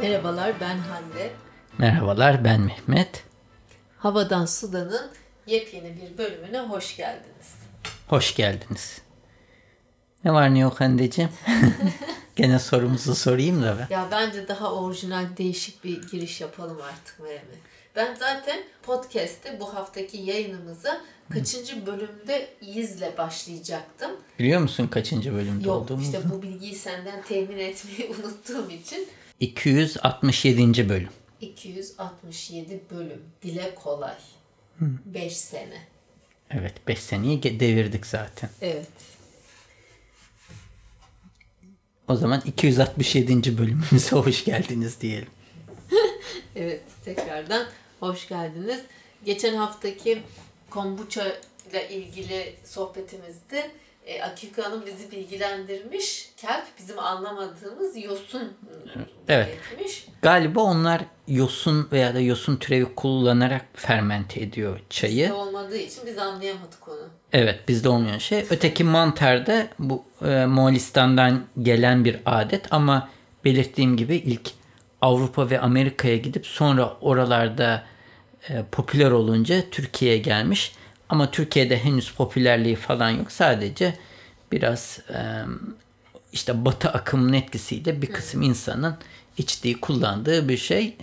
Merhabalar, ben Hande. Merhabalar, ben Mehmet. Havadan Sudan'ın yepyeni bir bölümüne hoş geldiniz. Hoş geldiniz. Ne var ne yok Hande'ciğim? Gene sorumuzu sorayım da ben. Ya bence daha orijinal, değişik bir giriş yapalım artık Mehmet. Ben zaten podcast'te bu haftaki yayınımıza kaçıncı bölümde izle başlayacaktım. Biliyor musun kaçıncı bölümde Yok, olduğumuzu? işte bu bilgiyi senden temin etmeyi unuttuğum için. 267. bölüm. 267 bölüm. Dile kolay. 5 sene. Evet, 5 seneyi devirdik zaten. Evet. O zaman 267. bölümümüze hoş geldiniz diyelim. Evet, tekrardan hoş geldiniz. Geçen haftaki kombuça ile ilgili sohbetimizde Akiko Hanım bizi bilgilendirmiş. Kelp bizim anlamadığımız yosun Evet. etmiş. Galiba onlar yosun veya da yosun türevi kullanarak fermente ediyor çayı. Bizde olmadığı için biz anlayamadık onu. Evet, bizde olmayan şey. Öteki mantarda bu Moğolistan'dan gelen bir adet ama belirttiğim gibi ilk Avrupa ve Amerika'ya gidip sonra oralarda popüler olunca Türkiye'ye gelmiş. Ama Türkiye'de henüz popülerliği falan yok. Sadece biraz işte Batı akımının etkisiyle bir kısım insanın içtiği, kullandığı bir şey.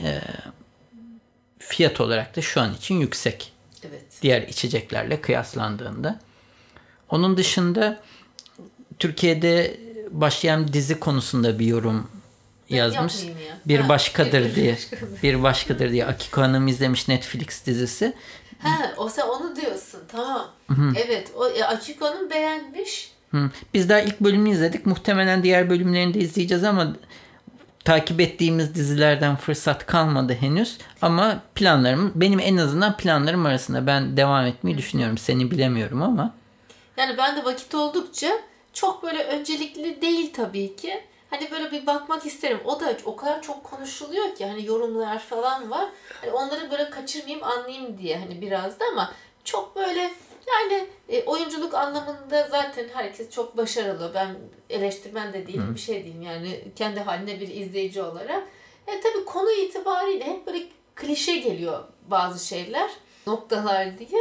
Fiyat olarak da şu an için yüksek. Evet. Diğer içeceklerle kıyaslandığında. Onun dışında Türkiye'de başlayan dizi konusunda bir yorum yazmış. Bir başkadır diye. Bir başkadır diye. Akiko Hanım izlemiş Netflix dizisi. Sen onu diyorsun. Tamam. Evet. Akiko'nun beğenmiş. Biz daha ilk bölümünü izledik. Muhtemelen diğer bölümlerini de izleyeceğiz ama takip ettiğimiz dizilerden fırsat kalmadı henüz. Ama benim en azından planlarım arasında. Ben devam etmeyi düşünüyorum. Seni bilemiyorum ama. Yani ben de vakit oldukça çok böyle öncelikli değil tabii ki. Hani böyle bir bakmak isterim. O da o kadar çok konuşuluyor ki hani yorumlar falan var. Hani onları böyle kaçırmayayım, anlayayım diye hani biraz da ama çok böyle yani oyunculuk anlamında zaten herkes çok başarılı. Ben eleştirmen de değilim, bir şey değilim. Yani kendi haline bir izleyici olarak. Tabii konu itibariyle hep böyle klişe geliyor bazı şeyler, noktalar diye.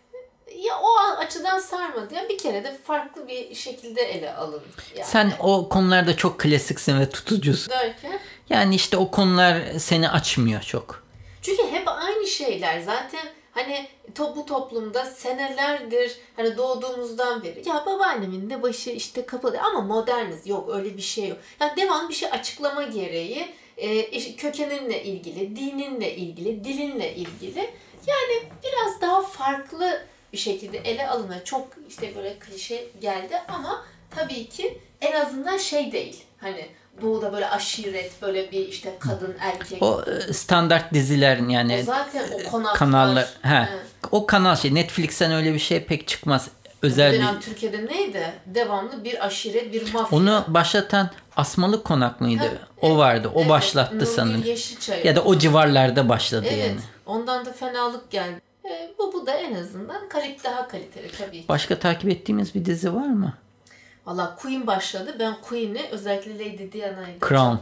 Ya o açıdan sarmadı. Ya bir kere de farklı bir şekilde ele alın. Yani. Sen o konularda çok klasiksin ve tutucusun. Derken? Yani işte o konular seni açmıyor çok. Çünkü hep aynı şeyler. Zaten hani bu toplumda senelerdir hani doğduğumuzdan beri ya babaannemin de başı işte kapalı ama moderniz. Yok öyle bir şey yok. Yani devamlı bir şey açıklama gereği kökeninle ilgili, dininle ilgili, dilinle ilgili yani biraz daha farklı bir şekilde ele alınma. Çok işte böyle klişe geldi ama tabii ki en azından şey değil. Hani doğuda böyle aşiret, böyle bir işte kadın, erkek. O standart dizilerin yani. O zaten o konaklar. Kanallar. Evet. O kanal Netflix'ten öyle bir şey pek çıkmaz. Özel Türkiye'de neydi? Devamlı bir aşiret, bir mafya. Onu başlatan Asmalı Konak mıydı? O vardı. O başlattı sanırım. Ya da o civarlarda başladı yani. Ondan da fenalık geldi. Bu da en azından daha kaliteli tabii ki. Başka takip ettiğimiz bir dizi var mı? Valla Queen başladı. Ben Queen'i özellikle Lady Diana'yı Crown.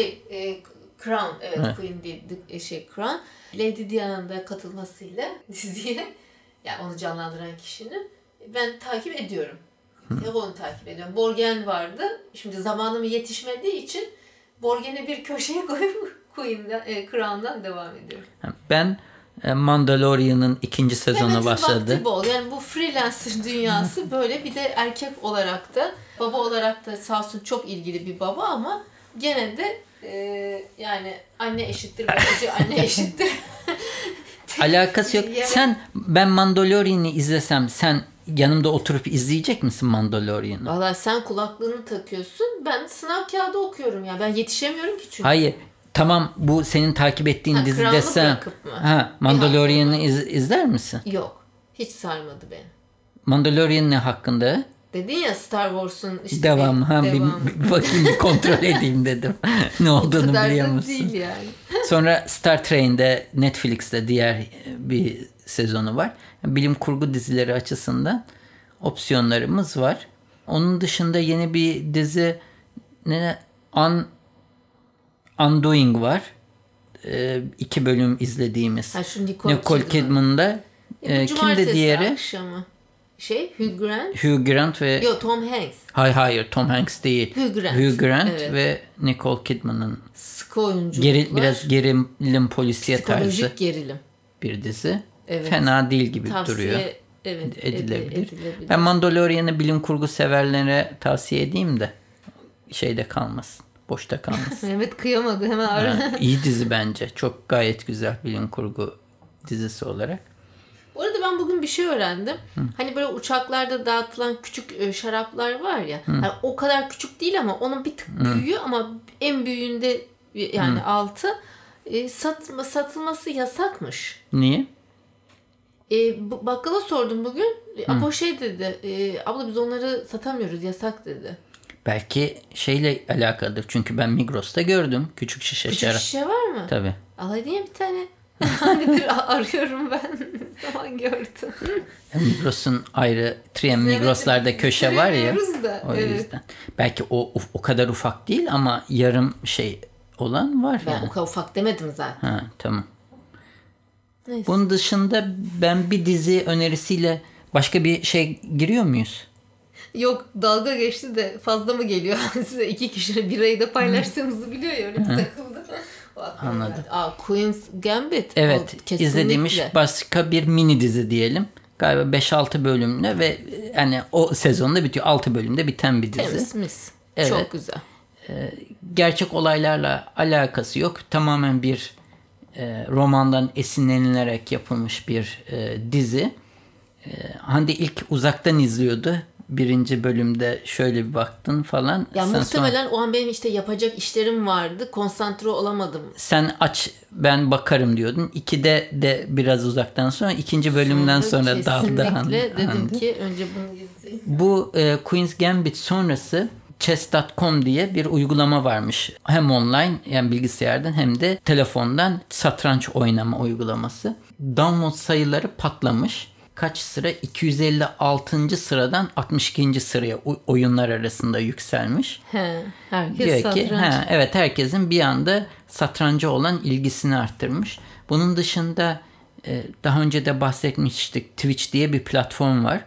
Crown evet. Queen değil Crown. Lady Diana'nın da katılmasıyla diziye yani onu canlandıran kişinin ben takip ediyorum. Onu takip ediyorum. Borgen vardı. Şimdi zamanım yetişmediği için Borgen'i bir köşeye koyup Crown'dan devam ediyorum. Ben Mandalorian'ın 2. sezonu başladı. Vakti bol. Yani bu freelancer dünyası böyle bir de erkek olarak da baba olarak da sağ olsun çok ilgili bir baba ama gene de yani anne eşittir bakıcı anne eşittir. Alakası yok. Ben Mandalorian'ı izlesem sen yanımda oturup izleyecek misin Mandalorian'ı? Valla sen kulaklığını takıyorsun. Ben sınav kağıdı okuyorum ya. Ben yetişemiyorum ki çünkü. Hayır. Tamam bu senin takip ettiğin dizi desen. Mandalorian'ı izler misin? Yok. Hiç sarmadı beni. Mandalorian ne hakkında? Dedin ya Star Wars'un işte devamı. Bir bakayım bir kontrol edeyim dedim. Ne olduğunu biliyor musun? Değil yani. Sonra Star Trek'in de Netflix'te diğer bir sezonu var. Bilim kurgu dizileri açısından opsiyonlarımız var. Onun dışında yeni bir dizi Undoing var. 2 bölüm izlediğimiz. Ha, şu Nicole Kidman'da. Kimdi diğeri? Akşamı. Hugh Grant. Hugh Grant ve... Yok, Tom Hanks. Hayır, Tom Hanks değil. Hugh Grant evet. Ve Nicole Kidman'ın sıkı oyunculuklar. Biraz gerilim polisiye tarzı. Psikolojik gerilim. Bir dizi. Evet. Fena değil gibi tavsiye, duruyor. Evet, edilebilir. Ben Mandalorian'ı bilim kurgu severlere tavsiye edeyim de şeyde kalmasın. Boşta kalmasın. Mehmet kıyamadı hemen ara. İyi dizi bence. Çok gayet güzel bilim kurgu dizisi olarak. Bu arada ben bugün bir şey öğrendim. Hani böyle uçaklarda dağıtılan küçük şaraplar var ya. Yani o kadar küçük değil ama onun bir tık büyüğü ama en büyüğünde yani altı satılması yasakmış. Niye? Bakkala sordum bugün. Apo dedi. Abla biz onları satamıyoruz, yasak dedi. Belki şeyle alakalıdır. Çünkü ben Migros'ta gördüm. Küçük şişe şarap. Küçük şişe var mı? Tabii. Alayım ya bir tane. Arıyorum ben. Zaman gördüm. Migros'un ayrı Migros'larda köşe var ya. Da, o yüzden. Belki o kadar ufak değil ama yarım şey olan var. Ben yani. o kadar ufak demedim zaten. Ha, tamam. Neyse. Bunun dışında ben bir dizi önerisiyle başka bir şey giriyor muyuz? Yok, dalga geçti de fazla mı geliyor? Size 2 kişi birayı da paylaştığımızı biliyor ya, öyle bir takıldı. Anladım. Queen's Gambit. Evet, izlediğimiz başka bir mini dizi diyelim. Galiba 5-6 bölümle ve yani o sezonda bitiyor. 6 bölümde biten bir dizi. Temiz mis. Evet. Çok güzel. Gerçek olaylarla alakası yok. Tamamen bir romandan esinlenilerek yapılmış bir dizi. Hande ilk uzaktan izliyordu. 1. bölümde şöyle bir baktın falan. Ya muhtemelen o an benim işte yapacak işlerim vardı. Konsantre olamadım. Sen aç ben bakarım diyordun. 2'de de biraz uzaktan sonra 2. bölümden sonra daldı. Kesinlikle dedim ki önce bunu izleyeyim. Bu Queen's Gambit sonrası chess.com diye bir uygulama varmış. Hem online yani bilgisayardan hem de telefondan satranç oynama uygulaması. Download sayıları patlamış. Kaç sıra? 256. sıradan 62. sıraya oyunlar arasında yükselmiş. Herkes diyor satranç. Ki, evet herkesin bir anda satranca olan ilgisini arttırmış. Bunun dışında daha önce de bahsetmiştik. Twitch diye bir platform var.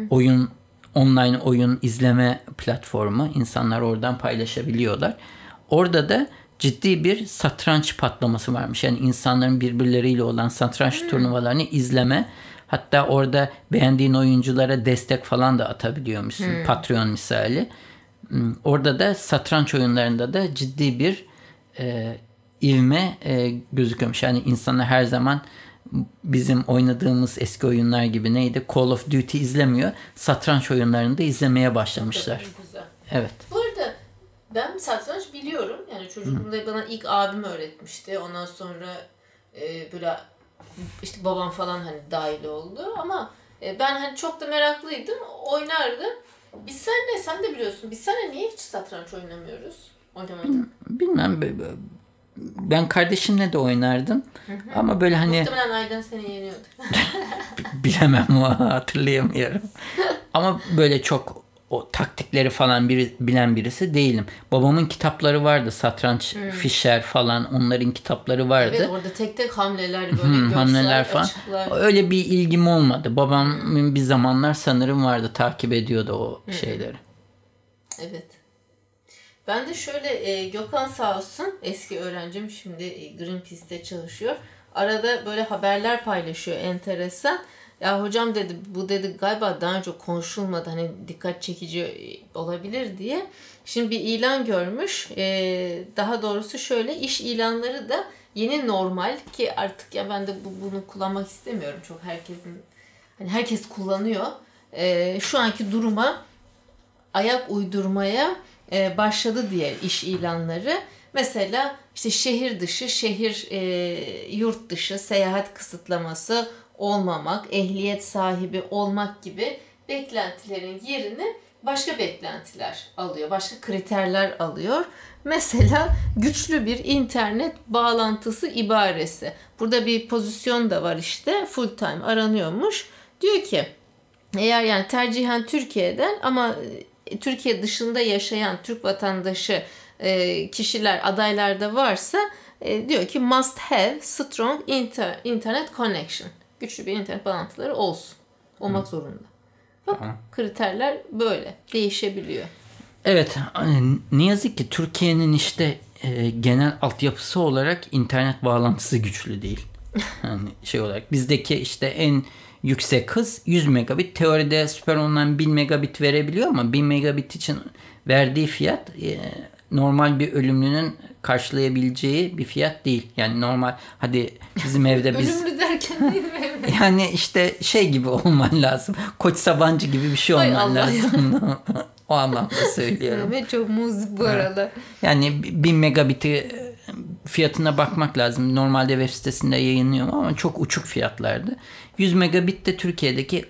Online oyun izleme platformu. İnsanlar oradan paylaşabiliyorlar. Orada da ciddi bir satranç patlaması varmış. Yani insanların birbirleriyle olan satranç turnuvalarını izleme. Hatta orada beğendiğin oyunculara destek falan da atabiliyormuşsun. Patreon misali. Orada da satranç oyunlarında da ciddi bir ivme gözüküyormuş. Yani insanlar her zaman bizim oynadığımız eski oyunlar gibi neydi? Call of Duty izlemiyor. Satranç oyunlarını da izlemeye başlamışlar. Güzel. Evet. Bu arada ben satranç biliyorum. Yani çocukluğumda bana ilk abim öğretmişti. Ondan sonra böyle işte babam falan hani dahil oldu ama ben hani çok da meraklıydım. Oynardım. Sen de biliyorsun. Biz seninle niye hiç satranç oynamıyoruz? Oynamadık. Bilmem. Ben kardeşimle de oynardım. Ama böyle hani... Muhtemelen Aydan seni yeniyordu. Bilemem hatırlayamıyorum. Ama böyle çok o taktikleri falan bilen birisi değilim. Babamın kitapları vardı. Satranç, Fischer falan onların kitapları vardı. Evet, orada tek tek hamleler böyle hamleler falan. Açıklar. Öyle bir ilgim olmadı. Babamın bir zamanlar sanırım vardı. Takip ediyordu o şeyleri. Evet. Ben de şöyle Gökhan sağ olsun eski öğrencim şimdi Greenpeace'te çalışıyor. Arada böyle haberler paylaşıyor enteresan. Ya hocam dedi bu dedi galiba daha önce konuşulmadı hani dikkat çekici olabilir diye. Şimdi bir ilan görmüş. Daha doğrusu şöyle iş ilanları da yeni normal ki artık ya ben de bunu kullanmak istemiyorum çok herkes kullanıyor. Şu anki duruma ayak uydurmaya başladı diye iş ilanları. Mesela işte şehir dışı, yurt dışı seyahat kısıtlaması olmamak, ehliyet sahibi olmak gibi beklentilerin yerini başka beklentiler alıyor, başka kriterler alıyor. Mesela güçlü bir internet bağlantısı ibaresi. Burada bir pozisyon da var işte, full time aranıyormuş. Diyor ki eğer yani tercihen Türkiye'den ama Türkiye dışında yaşayan Türk vatandaşı kişiler adaylarda varsa diyor ki must have strong internet connection. Güçlü bir internet bağlantıları olmak zorunda. Bak, kriterler böyle değişebiliyor. Evet, ne yazık ki Türkiye'nin işte genel altyapısı olarak internet bağlantısı güçlü değil. Yani şey olarak bizdeki işte en yüksek hız 100 megabit. Teoride süper online 1000 megabit verebiliyor ama 1000 megabit için verdiği fiyat normal bir ölümlünün karşılayabileceği bir fiyat değil. Yani normal hadi bizim evde biz ölümlü derken değil mi? yani işte şey gibi olman lazım. Koç Sabancı gibi bir şey olman lazım. O anlamda söylüyorum. Evet, çok muzip bu arada. Yani 1000 megabiti fiyatına bakmak lazım. Normalde web sitesinde yayınlıyorum ama çok uçuk fiyatlardı. 100 megabit de Türkiye'deki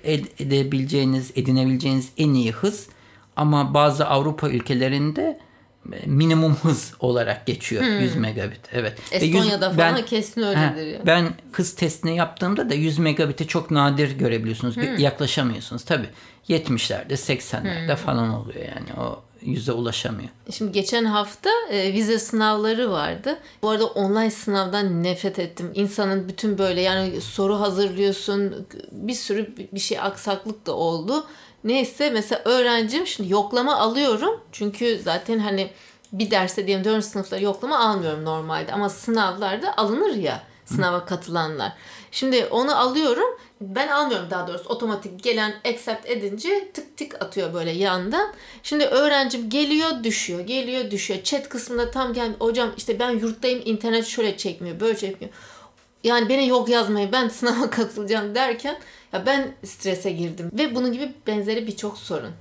edinebileceğiniz en iyi hız. Ama bazı Avrupa ülkelerinde minimum hız olarak geçiyor 100 megabit. Evet. Estonya'da falan kesin öyledir. Yani. Ben hız testini yaptığımda da 100 megabiti çok nadir görebiliyorsunuz. Yaklaşamıyorsunuz. Tabii 70'lerde 80'lerde falan oluyor yani. O 100'e ulaşamıyor. Şimdi geçen hafta vize sınavları vardı. Bu arada online sınavdan nefret ettim. İnsanın bütün böyle yani soru hazırlıyorsun. Bir sürü bir şey aksaklık da oldu. Neyse mesela öğrencim şimdi yoklama alıyorum. Çünkü zaten hani bir derste diyelim 4. sınıfta yoklama almıyorum normalde. Ama sınavlarda alınır ya sınava katılanlar. Şimdi onu alıyorum. Ben almıyorum daha doğrusu. Otomatik gelen accept edince tık tık atıyor böyle yandan. Şimdi öğrencim geliyor düşüyor. Geliyor düşüyor. Chat kısmında tam hocam işte ben yurttayım internet şöyle çekmiyor böyle çekmiyor. Yani beni yok yazmayın ben sınava katılacağım derken ya ben strese girdim. Ve bunun gibi benzeri birçok sorun.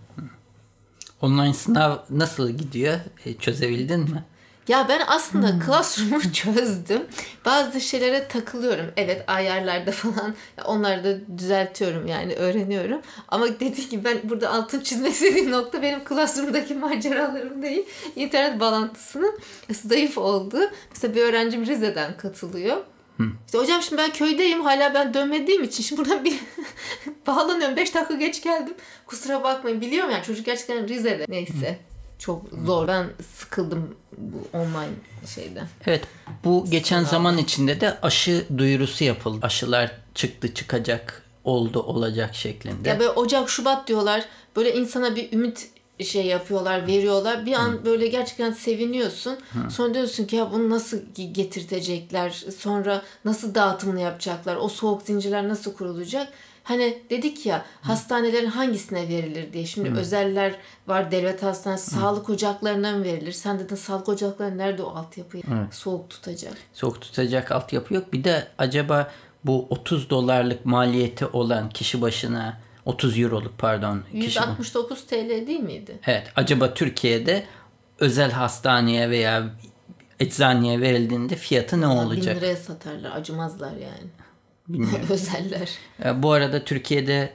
Online sınav nasıl gidiyor? Çözebildin mi? Ya ben aslında Classroom'u çözdüm. Bazı şeylere takılıyorum. Evet ayarlarda falan onları da düzeltiyorum yani öğreniyorum. Ama dediğim gibi ben burada altın çizmek istediğim nokta benim Classroom'daki maceralarım değil. İnternet bağlantısının zayıf olduğu. Mesela bir öğrencim Rize'den katılıyor. İşte hocam şimdi ben köydeyim hala ben dönmediğim için şimdi buradan bir bağlanıyorum 5 dakika geç geldim kusura bakmayın biliyorum yani çocuk gerçekten Rize'de neyse çok zor ben sıkıldım bu online şeyden. Evet bu geçen zaman içinde de aşı duyurusu yapıldı aşılar çıktı çıkacak oldu olacak şeklinde. Ya böyle Ocak Şubat diyorlar böyle insana bir ümit şey yapıyorlar, veriyorlar. Bir an böyle gerçekten seviniyorsun. Sonra diyorsun ki ya bunu nasıl getirtecekler? Sonra nasıl dağıtımını yapacaklar? O soğuk zincirler nasıl kurulacak? Hani dedik ya hastanelerin hangisine verilir diye. Şimdi özeller var, devlet hastanesi, sağlık ocaklarına mı verilir? Sen dedin sağlık ocakları nerede o altyapıyı soğuk tutacak? Soğuk tutacak altyapı yok. Bir de acaba bu 30 dolarlık maliyeti olan kişi başına 30 euroluk pardon. 169 TL değil miydi? Evet. Acaba Türkiye'de özel hastaneye veya eczaneye verildiğinde fiyatı ne olacak? 1000 liraya satarlar. Acımazlar yani. Bilmiyorum. Özeller. Bu arada Türkiye'de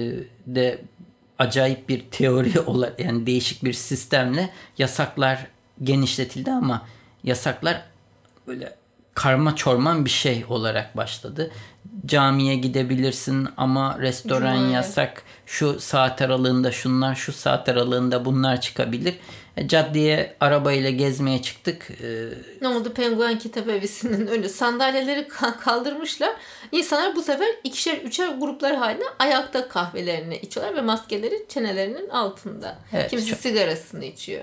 de acayip bir teori olarak yani değişik bir sistemle yasaklar genişletildi ama yasaklar böyle karma çorman bir şey olarak başladı. Camiye gidebilirsin ama restoran yasak. Şu saat aralığında şunlar, şu saat aralığında bunlar çıkabilir. Caddeye arabayla gezmeye çıktık. Ne oldu? Penguen Kitap Evi'sinin önü sandalyeleri kaldırmışlar. İnsanlar bu sefer ikişer üçer gruplar halinde ayakta kahvelerini içiyorlar ve maskeleri çenelerinin altında. Evet, kimisi sigarasını içiyor.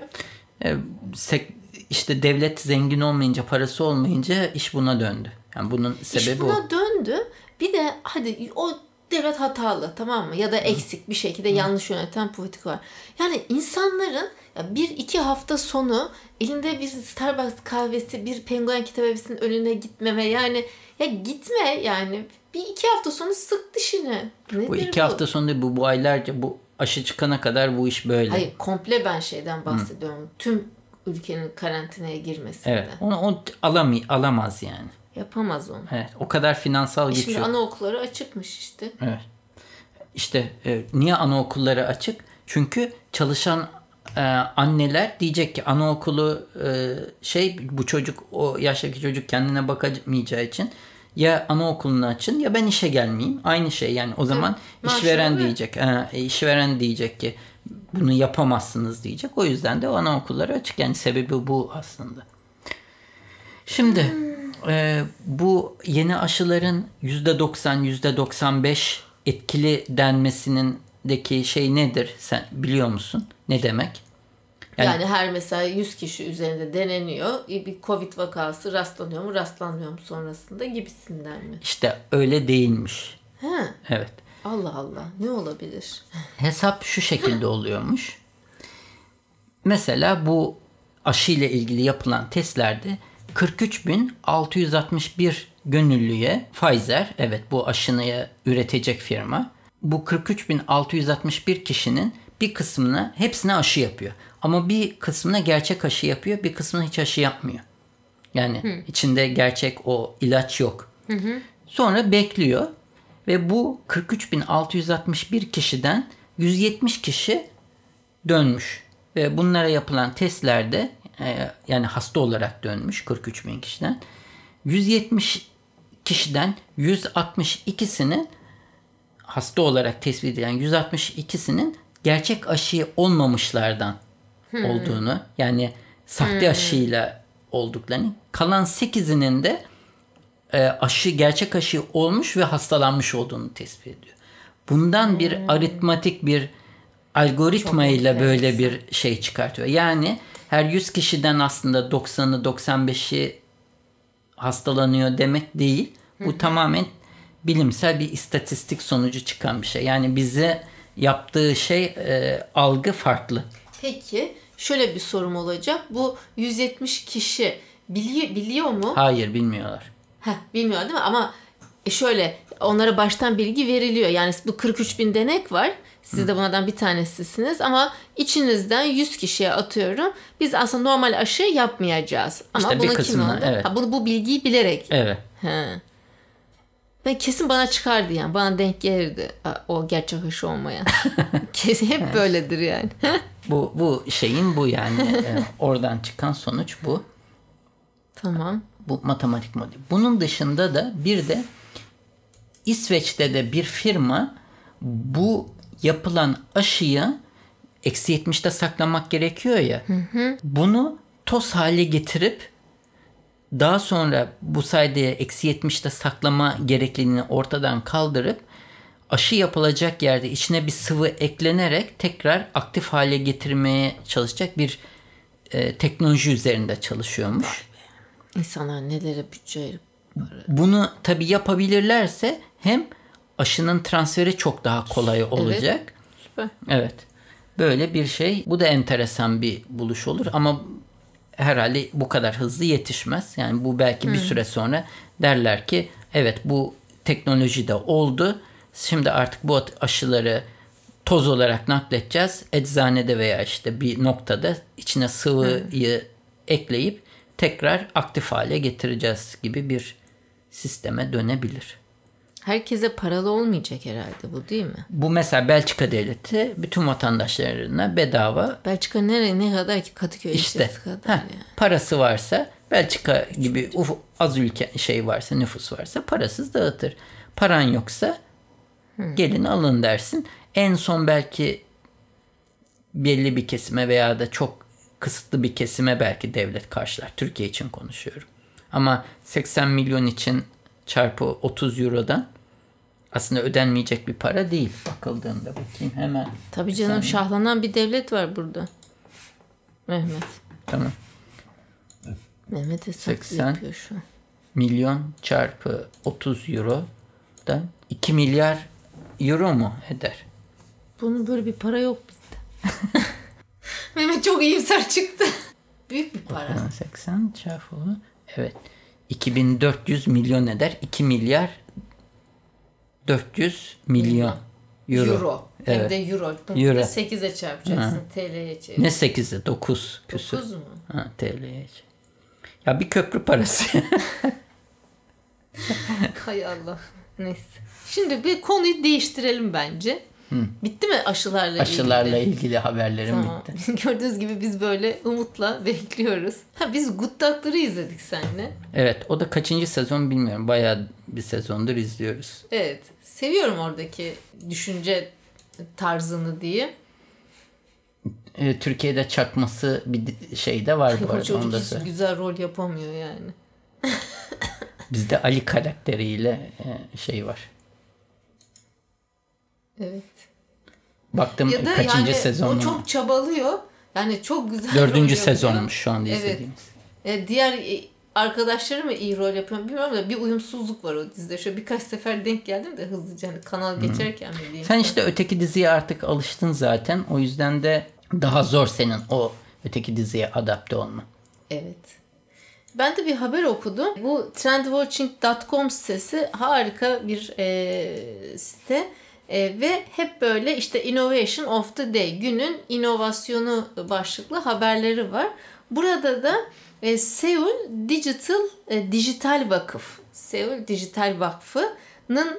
İşte devlet zengin olmayınca, parası olmayınca iş buna döndü. Yani bunun sebebi İş buna döndü. Bir de hadi o devlet hatalı tamam mı? Ya da eksik bir şekilde yanlış yöneten politika var. Yani insanların 1-2 hafta sonu elinde bir Starbucks kahvesi, bir Penguen Kitap Evi'sinin önüne gitmeme yani ya gitme yani. 1-2 hafta sonu sık dişini. Nedir bu 2 hafta sonu değil, bu aylarca bu aşı çıkana kadar bu iş böyle. Hayır komple ben şeyden bahsediyorum. Tüm ülkenin karantinaya girmesinden. Evet. Onu alamaz yani. Yapamaz onu. Evet. O kadar finansal güç yok. Şimdi anaokulları açıkmış işte. Evet. İşte niye anaokulları açık? Çünkü çalışan anneler diyecek ki anaokulu bu çocuk o yaştaki çocuk kendine bakamayacağı için ya anaokulunu açın ya ben işe gelmeyeyim. Aynı şey yani o zaman işveren diyecek. İşveren diyecek ki bunu yapamazsınız diyecek. O yüzden de anaokulları açık. Yani sebebi bu aslında. Şimdi bu yeni aşıların %90, %95 etkili denmesindeki şey nedir? Sen biliyor musun? Ne demek? Yani her mesela 100 kişi üzerinde deneniyor. Bir Covid vakası rastlanıyor mu, rastlanmıyor mu sonrasında gibisinden mi? İşte öyle değilmiş. He. Evet. Allah Allah. Ne olabilir? Hesap şu şekilde oluyormuş. Mesela bu aşı ile ilgili yapılan testlerde 43.661 gönüllüye Pfizer, evet bu aşıyı üretecek firma, bu 43.661 kişinin bir kısmına, hepsine aşı yapıyor. Ama bir kısmına gerçek aşı yapıyor, bir kısmına hiç aşı yapmıyor. Yani içinde gerçek o ilaç yok. Sonra bekliyor ve bu 43.661 kişiden 170 kişi dönmüş. Ve bunlara yapılan testlerde yani hasta olarak dönmüş 43.000 kişiden. 170 kişiden 162'sinin hasta olarak tespit edilen 162'sinin gerçek aşı olmamışlardan olduğunu, yani sahte aşıyla olduklarını, kalan 8'inin de gerçek aşı olmuş ve hastalanmış olduğunu tespit ediyor. Bundan bir aritmatik bir algoritma ile böyle bir şey çıkartıyor. Yani her 100 kişiden aslında 90'ı 95'i hastalanıyor demek değil. Bu tamamen bilimsel bir istatistik sonucu çıkan bir şey. Yani bize yaptığı şey algı farklı. Peki şöyle bir sorum olacak. Bu 170 kişi biliyor mu? Hayır, bilmiyorlar. Bilmiyor değil mi? Ama şöyle onlara baştan bilgi veriliyor. Yani bu 43.000 denek var. Siz de bunlardan bir tanesisiniz ama içinizden 100 kişiye atıyorum. Biz aslında normal aşı yapmayacağız. Ama İşte bunun bir kısmına, kim oldu? evet. Bu bilgiyi bilerek. Evet. Ben kesin bana çıkardı yani. Bana denk gelirdi o gerçek aşı olmayan. Kesin hep böyledir yani. Bu şeyin bu yani. Oradan çıkan sonuç bu. Tamam. Bu matematik modeli. Bunun dışında da bir de İsveç'te de bir firma bu yapılan aşıyı -70'te saklamak gerekiyor ya. Bunu toz hale getirip daha sonra bu sayede -70'te saklama gerekliliğini ortadan kaldırıp aşı yapılacak yerde içine bir sıvı eklenerek tekrar aktif hale getirmeye çalışacak bir teknoloji üzerinde çalışıyormuş. İnsanlar nelere bütçe ayırıp Bunu tabii yapabilirlerse hem aşının transferi çok daha kolay olacak. Evet. Süper. Evet. Böyle bir şey. Bu da enteresan bir buluş olur ama herhalde bu kadar hızlı yetişmez. Yani bu belki bir süre sonra derler ki evet bu teknoloji de oldu. Şimdi artık bu aşıları toz olarak nakledeceğiz. Eczanede veya işte bir noktada içine sıvıyı ekleyip tekrar aktif hale getireceğiz gibi bir sisteme dönebilir. Herkese paralı olmayacak herhalde bu, değil mi? Bu mesela Belçika devleti bütün vatandaşlarına bedava. Belçika ne kadar ki Kadıköy İşte kadar yani. Parası varsa Belçika gibi az ülke varsa, nüfus varsa parasız dağıtır. Paran yoksa gelin alın dersin. En son belki belli bir kesime veya da çok kısıtlı bir kesime belki devlet karşılar. Türkiye için konuşuyorum. Ama 80 milyon için çarpı 30 eurodan aslında ödenmeyecek bir para değil. Bakıldığında bakayım hemen. Tabii canım, şahlanan bir devlet var burada. Mehmet. Tamam. Mehmet hesap 80 yapıyor şu an. milyon çarpı 30 eurodan 2 milyar euro mu eder? Bunun böyle bir para yok bizde. Mehmet çok iyimser çıktı. Büyük bir para. 80 çarpı evet. 2400 milyon eder. 2 milyar 400 milyon euro. Hem Evet. de euro. Euro. 8'e çarpacaksın. TL'ye çevir. Ne 8'i? 9 küsur. 9 mu? TL'ye. Ya bir köprü parası. Hay Allah. Neyse. Şimdi bir konuyu değiştirelim bence. Bitti mi Aşılarla ilgili haberlerim Tamam. bitti. Gördüğünüz gibi biz böyle umutla bekliyoruz. Biz Good Doctor'ı izledik seninle. Evet, o da kaçıncı sezon bilmiyorum. Bayağı bir sezondur izliyoruz. Evet. Seviyorum oradaki düşünce tarzını diye. Türkiye'de çakması bir şey de var bu O arada. çocuk Onu da hiç güzel rol yapamıyor yani. Bizde Ali karakteriyle şey var. Evet. Baktım Ya da kaçıncı yani sezon o çok çabalıyor. Yani çok güzel rol 4. yapıyor. sezonmuş şu anda Evet. izlediğimiz. Diğer arkadaşları mı iyi rol yapıyor bilmiyorum da bir uyumsuzluk var o dizide. Şöyle birkaç sefer denk geldim de hızlıca hani kanal geçerken mi diyeyim. Sen işte öteki diziye artık alıştın zaten. O yüzden de daha zor senin o öteki diziye adapte olman. Evet. Ben de bir haber okudum. Bu trendwatching.com sitesi harika bir site. Ve hep böyle işte Innovation of the Day, günün inovasyonu başlıklı haberleri var. Burada da Seul Dijital Vakıf, Seul Dijital Vakfı'nın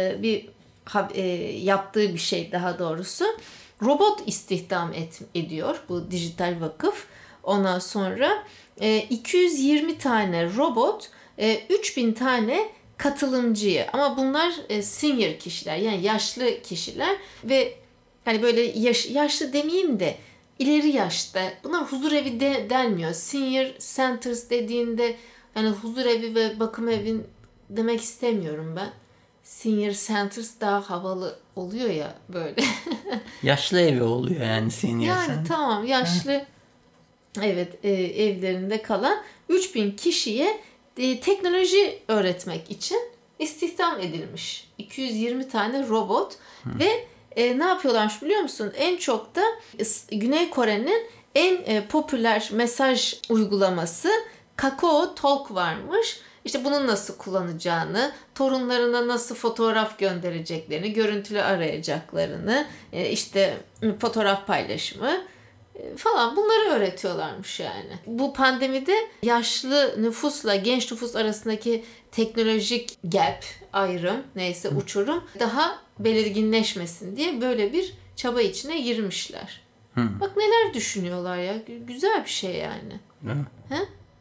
yaptığı bir şey daha doğrusu. Robot istihdam ediyor bu dijital vakıf. Ondan sonra 220 tane robot, 3000 tane katılımcıyı, ama bunlar senior kişiler, yani yaşlı kişiler ve hani böyle yaşlı demeyeyim de ileri yaşta. Bunlar huzurevi denmiyor. Senior centers dediğinde hani huzurevi ve bakım evin demek istemiyorum ben. Senior centers daha havalı oluyor ya böyle. Yaşlı evi oluyor yani senior Yani center. tamam, yaşlı evet evlerinde kalan 3000 kişiye teknoloji öğretmek için istihdam edilmiş. 220 tane robot ve ne yapıyorlarmış biliyor musun? En çok da Güney Kore'nin en popüler mesaj uygulaması Kakao Talk varmış. İşte bunu nasıl kullanacağını, torunlarına nasıl fotoğraf göndereceklerini, görüntülü arayacaklarını, işte fotoğraf paylaşımı falan, bunları öğretiyorlarmış yani. Bu pandemide yaşlı nüfusla genç nüfus arasındaki teknolojik gap, ayrım, neyse uçurum daha belirginleşmesin diye böyle bir çaba içine girmişler. Bak neler düşünüyorlar ya. Güzel bir şey yani. He?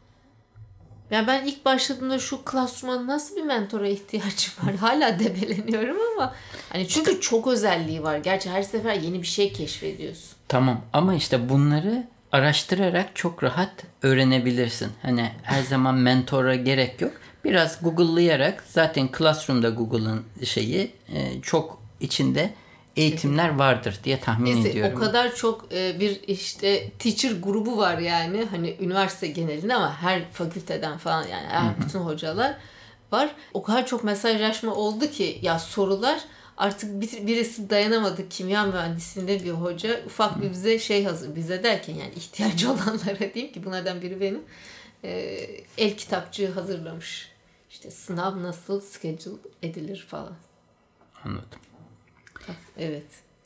Yani ben ilk başladığımda şu Classroom'a nasıl bir mentora ihtiyacı var? Hala debeleniyorum ama hani çünkü çok özelliği var. Gerçi her sefer yeni bir şey keşfediyorsun. Tamam ama işte bunları araştırarak çok rahat öğrenebilirsin. Hani her zaman mentora gerek yok. Biraz Google'layarak, zaten Classroom'da Google'ın çok içinde eğitimler vardır diye tahmin ediyorum. O kadar çok bir işte teacher grubu var yani, hani üniversite genelinde ama her fakülteden falan, yani her bütün hocalar var. O kadar çok mesajlaşma oldu ki ya, sorular artık birisi dayanamadı, kimya mühendisliğinde bir hoca ufak bir bize bize derken yani ihtiyacı olanlara diyeyim ki bunlardan biri benim, el kitapçığı hazırlamış. İşte sınav nasıl schedule edilir falan. Anladım. Evet.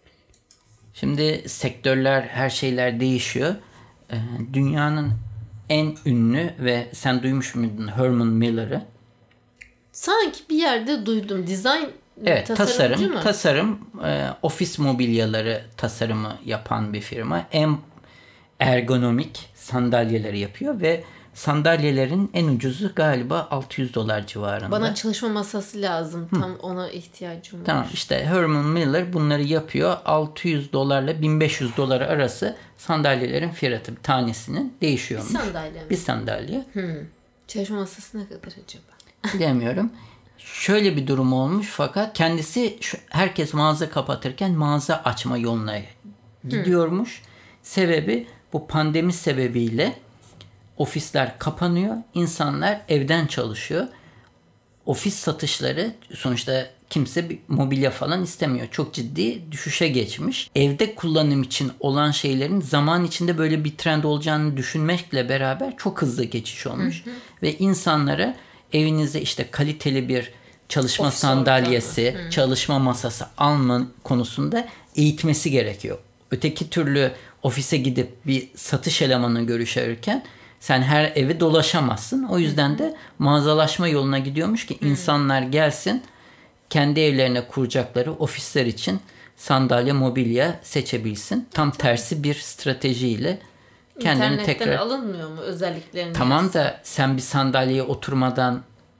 Şimdi sektörler, her şeyler değişiyor. Dünyanın en ünlü ve sen duymuş muydun Herman Miller'ı? Sanki bir yerde duydum. Design Evet, tasarımcı mı? Tasarım, ofis mobilyaları tasarımı yapan bir firma. En ergonomik sandalyeleri yapıyor ve sandalyelerin en ucuzu galiba $600 civarında. Bana çalışma masası lazım. Tam ona ihtiyacım var. Tamam, işte Herman Miller bunları yapıyor. $600 ile $1500 arası sandalyelerin fiyatı tanesinin değişiyormuş. Bir sandalye mi? Bir sandalye. Çalışma masası ne kadar acaba? Bilemiyorum. Şöyle bir durum olmuş fakat kendisi herkes mağaza kapatırken mağaza açma yoluna gidiyormuş. Sebebi, bu pandemi sebebiyle ofisler kapanıyor. İnsanlar evden çalışıyor. Ofis satışları, sonuçta kimse bir mobilya falan istemiyor. Çok ciddi düşüşe geçmiş. Evde kullanım için olan şeylerin zaman içinde böyle bir trend olacağını düşünmekle beraber çok hızlı geçiş olmuş. Ve insanlara evinize işte kaliteli bir çalışma Ofis sandalyesi, çalışma masası alma konusunda eğitmesi gerekiyor. Öteki türlü ofise gidip bir satış elemanı görüşürken sen her evi dolaşamazsın. O yüzden de mağazalaşma yoluna gidiyormuş ki insanlar gelsin, kendi evlerine kuracakları ofisler için sandalye, mobilya seçebilsin. Tam tersi bir stratejiyle kendini İnternetten tekrar... alınmıyor mu özelliklerini? Tamam da sen bir sandalyeye oturmadan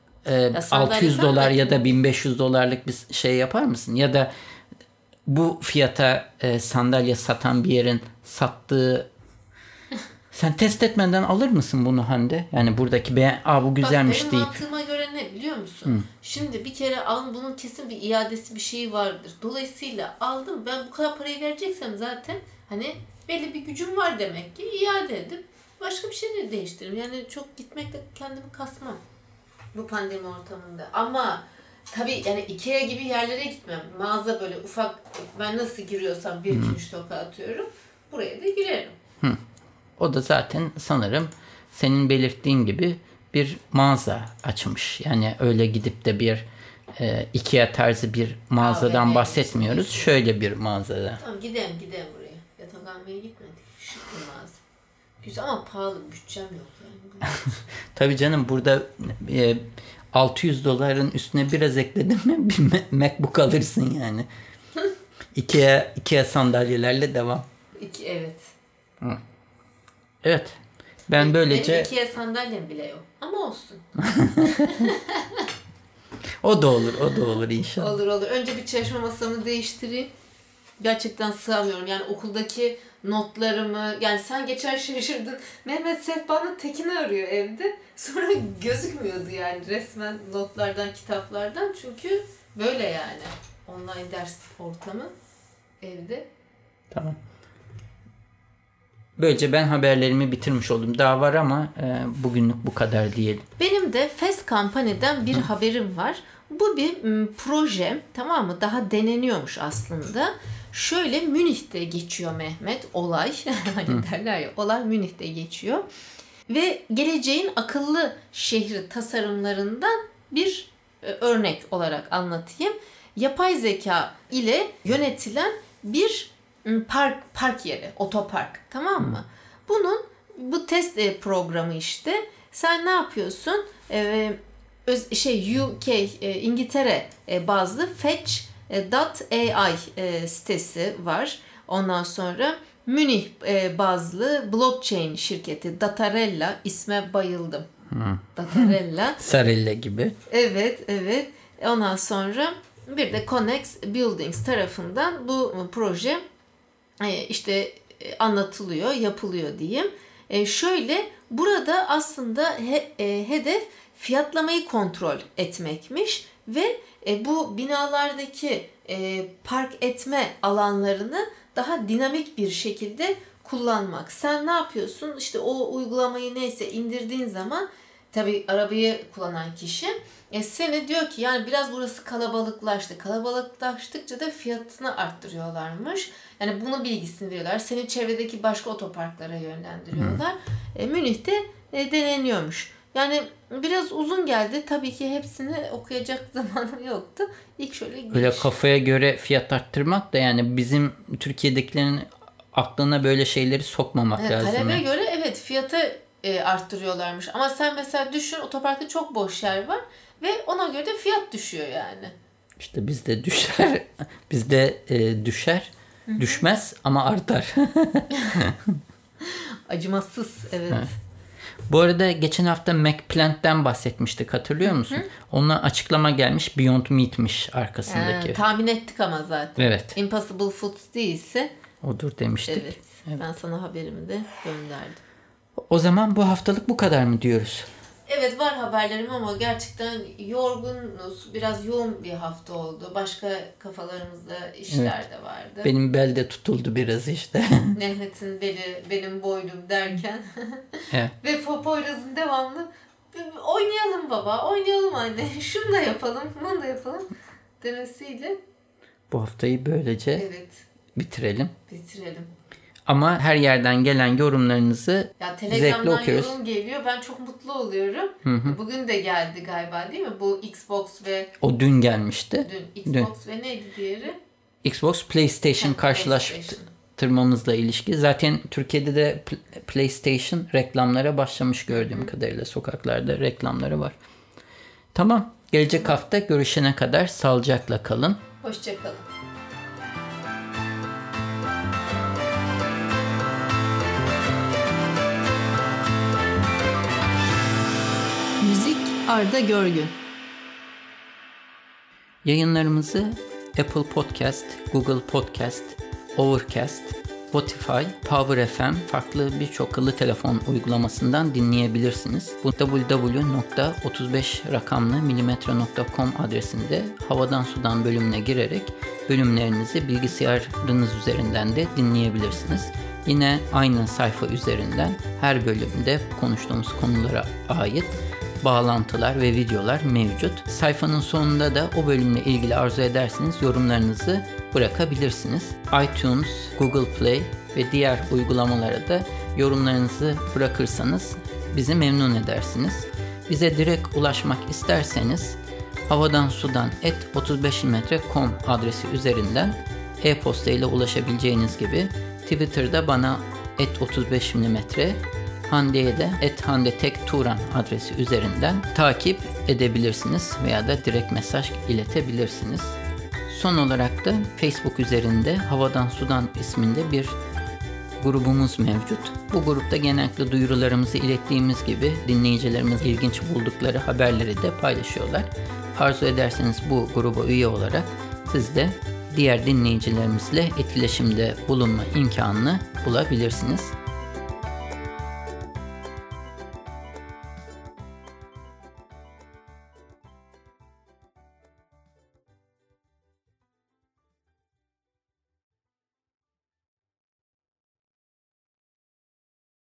$600 ya da $1500'lık bir şey yapar mısın? Ya da bu fiyata sandalye satan bir yerin sattığı. Sen test etmeden alır mısın bunu Hande? Yani buradaki bu güzelmiş benim deyip. mantığıma göre ne biliyor musun? Şimdi bir kere bunun kesin bir iadesi bir şeyi vardır. Dolayısıyla aldım, ben bu kadar parayı vereceksem zaten hani belli bir gücüm var demek ki, iade edip başka bir şey de değiştiririm. Yani çok gitmekle kendimi kasmam bu pandemi ortamında. Ama tabii yani Ikea gibi yerlere gitmem. Mağaza böyle ufak, ben nasıl giriyorsam 1-2-3 toka atıyorum. Buraya da girerim. O da zaten sanırım senin belirttiğin gibi bir mağaza açmış. Yani öyle gidip de bir Ikea tarzı bir mağazadan bahsetmiyoruz. Şöyle bir mağazada. Tamam, gidelim buraya. Yatak almaya gitmedik. Şık bir mağaza. Güzel ama pahalı, bütçem yok yani. Tabii canım, burada $600 üstüne biraz ekledin mi bir MacBook alırsın yani. Ikea sandalyelerle devam. Evet. Evet. Ben böylece... Benim Ikea sandalyem bile yok. Ama olsun. O da olur inşallah. Olur. Önce bir çalışma masamı değiştireyim. Gerçekten sığamıyorum. Yani okuldaki notlarımı... Yani sen geçen şaşırdın. Mehmet sehpanın tekini arıyor evde. Sonra gözükmüyordu yani resmen notlardan, kitaplardan. Çünkü böyle yani. Online ders ortamı evde. Tamam. Böylece ben haberlerimi bitirmiş oldum. Daha var ama bugünlük bu kadar diyelim. Benim de Fast Company'den bir haberim var. Bu bir proje, tamam mı? Daha deneniyormuş aslında. Şöyle, Münih'te geçiyor Mehmet olay. Hani derler ya, olay Münih'te geçiyor. Ve geleceğin akıllı şehri tasarımlarından bir örnek olarak anlatayım. Yapay zeka ile yönetilen bir park yeri, otopark, tamam mı? Bu test programı işte. Sen ne yapıyorsun? UK, İngiltere bazlı Fetch.ai sitesi var. Ondan sonra Münih bazlı blockchain şirketi Datarella, isme bayıldım. Datarella. Sarella gibi. Evet. Ondan sonra bir de Connex Buildings tarafından bu proje anlatılıyor, yapılıyor diyeyim. Şöyle, burada aslında hedef fiyatlamayı kontrol etmekmiş ve bu binalardaki park etme alanlarını daha dinamik bir şekilde kullanmak. Sen ne yapıyorsun? İşte o uygulamayı neyse indirdiğin zaman tabii arabayı kullanan kişi seni diyor ki yani biraz burası kalabalıklaştı. Kalabalıklaştıkça da fiyatını arttırıyorlarmış. Yani bunun bilgisini veriyorlar. Seni çevredeki başka otoparklara yönlendiriyorlar. Münih'te deneniyormuş. Yani biraz uzun geldi. Tabii ki hepsini okuyacak zamanım yoktu. İlk şöyle böyle kafaya göre fiyat arttırmak da yani bizim Türkiye'dekilerin aklına böyle şeyleri sokmamak lazım. Talebe göre evet fiyatı arttırıyorlarmış. Ama sen mesela düşün, otoparkta çok boş yer var ve ona göre de fiyat düşüyor yani. İşte bizde düşer. Bizde düşer. Düşmez ama artar. Acımasız, evet. Bu arada geçen hafta McPlant'ten bahsetmiştik, hatırlıyor musun? Ona açıklama gelmiş, Beyond Meat'miş arkasındaki. Tahmin ettik ama zaten. Evet. Impossible Foods değilse. Odur demiştik. Evet. Ben sana haberimi de gönderdim. O zaman bu haftalık bu kadar mı diyoruz? Evet, var haberlerim ama gerçekten yorgunuz. Biraz yoğun bir hafta oldu. Başka kafalarımızda işler de vardı. Benim bel de tutuldu biraz işte. Mehmet'in beli, benim boylum derken. Evet. Ve Poyraz'ın devamlı oynayalım baba, oynayalım anne, şunu da yapalım, bunu da yapalım demesiyle. Bu haftayı böylece bitirelim. Ama her yerden gelen yorumlarınızı zevkle okuyoruz. Yorum geliyor. Ben çok mutlu oluyorum. Bugün de geldi galiba, değil mi? Bu Xbox ve... O dün gelmişti. Xbox ve neydi diğeri? Xbox, PlayStation karşılaştırmamızla ilişki. Zaten Türkiye'de de PlayStation reklamlara başlamış gördüğüm kadarıyla. Sokaklarda reklamları var. Tamam. Gelecek hafta görüşene kadar sağlıcakla kalın. Hoşça kalın. Müzik Arda Görgün. Yayınlarımızı Apple Podcast, Google Podcast, Overcast Spotify, Power FM, farklı birçok akıllı telefon uygulamasından dinleyebilirsiniz. Bu www.35rakamlı-milimetre.com adresinde Havadan Sudan bölümüne girerek bölümlerinizi bilgisayarınız üzerinden de dinleyebilirsiniz. Yine aynı sayfa üzerinden her bölümde konuştuğumuz konulara ait bağlantılar ve videolar mevcut. Sayfanın sonunda da o bölümle ilgili arzu ederseniz yorumlarınızı bırakabilirsiniz. iTunes, Google Play ve diğer uygulamalara da yorumlarınızı bırakırsanız bizi memnun edersiniz. Bize direkt ulaşmak isterseniz havadansudan@35mm.com adresi üzerinden e-posta ile ulaşabileceğiniz gibi Twitter'da bana @35mm, Hande'ye de @handetekturan adresi üzerinden takip edebilirsiniz veya da direkt mesaj iletebilirsiniz. Son olarak da Facebook üzerinde Havadan Sudan isminde bir grubumuz mevcut. Bu grupta genellikle duyurularımızı ilettiğimiz gibi dinleyicilerimiz ilginç buldukları haberleri de paylaşıyorlar. Arzu ederseniz bu gruba üye olarak siz de diğer dinleyicilerimizle etkileşimde bulunma imkanını bulabilirsiniz.